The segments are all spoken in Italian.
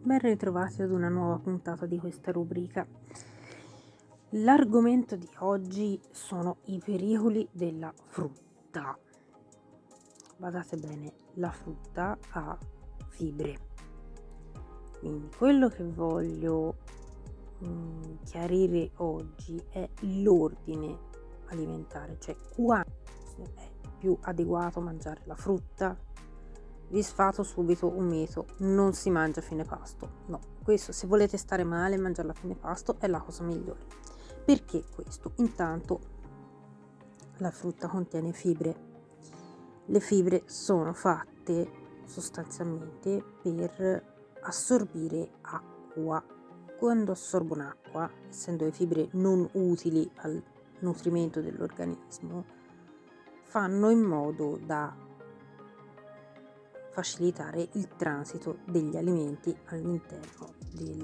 Ben ritrovati ad una nuova puntata di questa rubrica. L'argomento di oggi sono i pericoli della frutta. Badate bene, la frutta ha fibre. Quindi quello che voglio chiarire oggi è l'ordine alimentare, cioè quando è più adeguato mangiare la frutta. Vi sfato subito un mito: non si mangia a fine pasto. No, questo, se volete stare male, mangiarla a fine pasto è la cosa migliore. Perché questo? Intanto la frutta contiene fibre. Le fibre sono fatte sostanzialmente per assorbire acqua. Quando assorbono acqua, essendo le fibre non utili al nutrimento dell'organismo, fanno in modo da facilitare il transito degli alimenti all'interno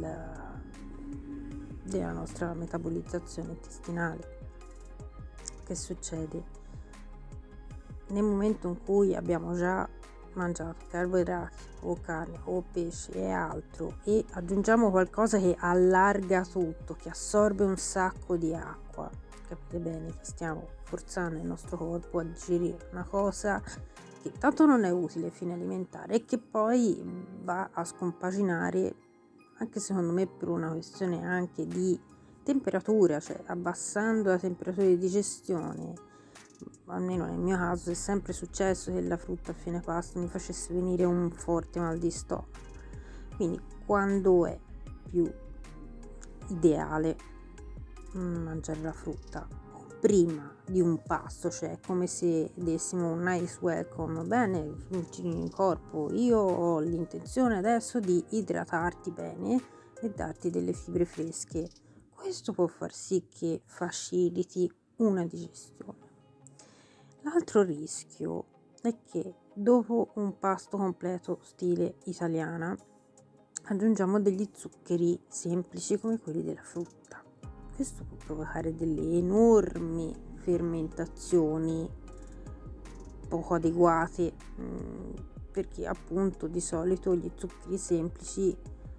della nostra metabolizzazione intestinale. Che succede? Nel momento in cui abbiamo già mangiato carboidrati o carne o pesce e altro e aggiungiamo qualcosa che allarga tutto, che assorbe un sacco di acqua, capite bene che stiamo forzando il nostro corpo a digerire una cosa che tanto non è utile ai fini alimentari e che poi va a scompaginare, anche secondo me per una questione anche di temperatura, cioè abbassando la temperatura di digestione. Almeno nel mio caso è sempre successo che la frutta a fine pasto mi facesse venire un forte mal di stomaco. Quindi quando è più ideale mangiare la frutta? Prima di un pasto, cioè come se dessimo un nice welcome. Bene, in corpo, io ho l'intenzione adesso di idratarti bene e darti delle fibre fresche. Questo può far sì che faciliti una digestione. L'altro rischio è che dopo un pasto completo stile italiana aggiungiamo degli zuccheri semplici come quelli della frutta. Questo può provocare delle enormi fermentazioni poco adeguate, perché appunto di solito gli zuccheri semplici,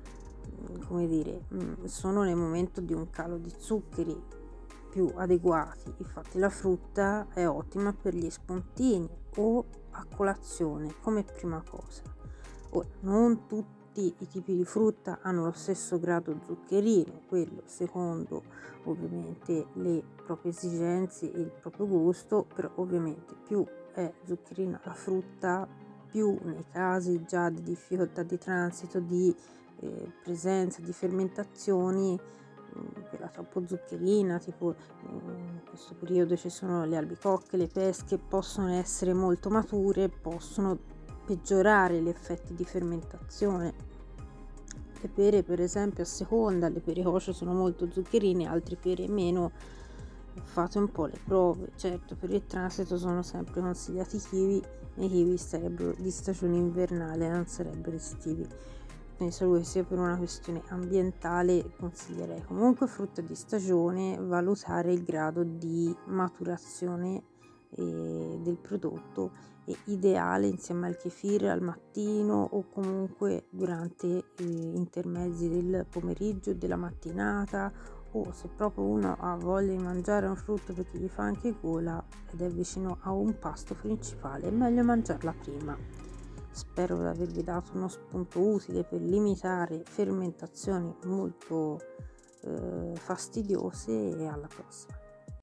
sono nel momento di un calo di zuccheri più adeguati. Infatti la frutta è ottima per gli spuntini o a colazione come prima cosa. Ora, non tutti i tipi di frutta hanno lo stesso grado zuccherino, quello secondo ovviamente le proprie esigenze e il proprio gusto, però ovviamente più è zuccherina la frutta, più nei casi già di difficoltà di transito, di presenza di fermentazioni, quella troppo zuccherina, tipo in questo periodo ci sono le albicocche, le pesche, possono essere molto mature, possono peggiorare gli effetti di fermentazione. Le pere, per esempio, a seconda, le pere cosce sono molto zuccherine, altre pere meno. Fate un po' le prove. Certo, per il transito sono sempre consigliati i kiwi, e i kiwi sarebbero di stagione invernale, non sarebbero estivi. Quindi solo che sia per una questione ambientale consiglierei comunque frutta di stagione, valutare il grado di maturazione del prodotto. È ideale insieme al kefir al mattino o comunque durante intermezzi del pomeriggio e della mattinata, o se proprio uno ha voglia di mangiare un frutto perché gli fa anche gola ed è vicino a un pasto principale, è meglio mangiarla prima. Spero di avervi dato uno spunto utile per limitare fermentazioni molto fastidiose e alla prossima.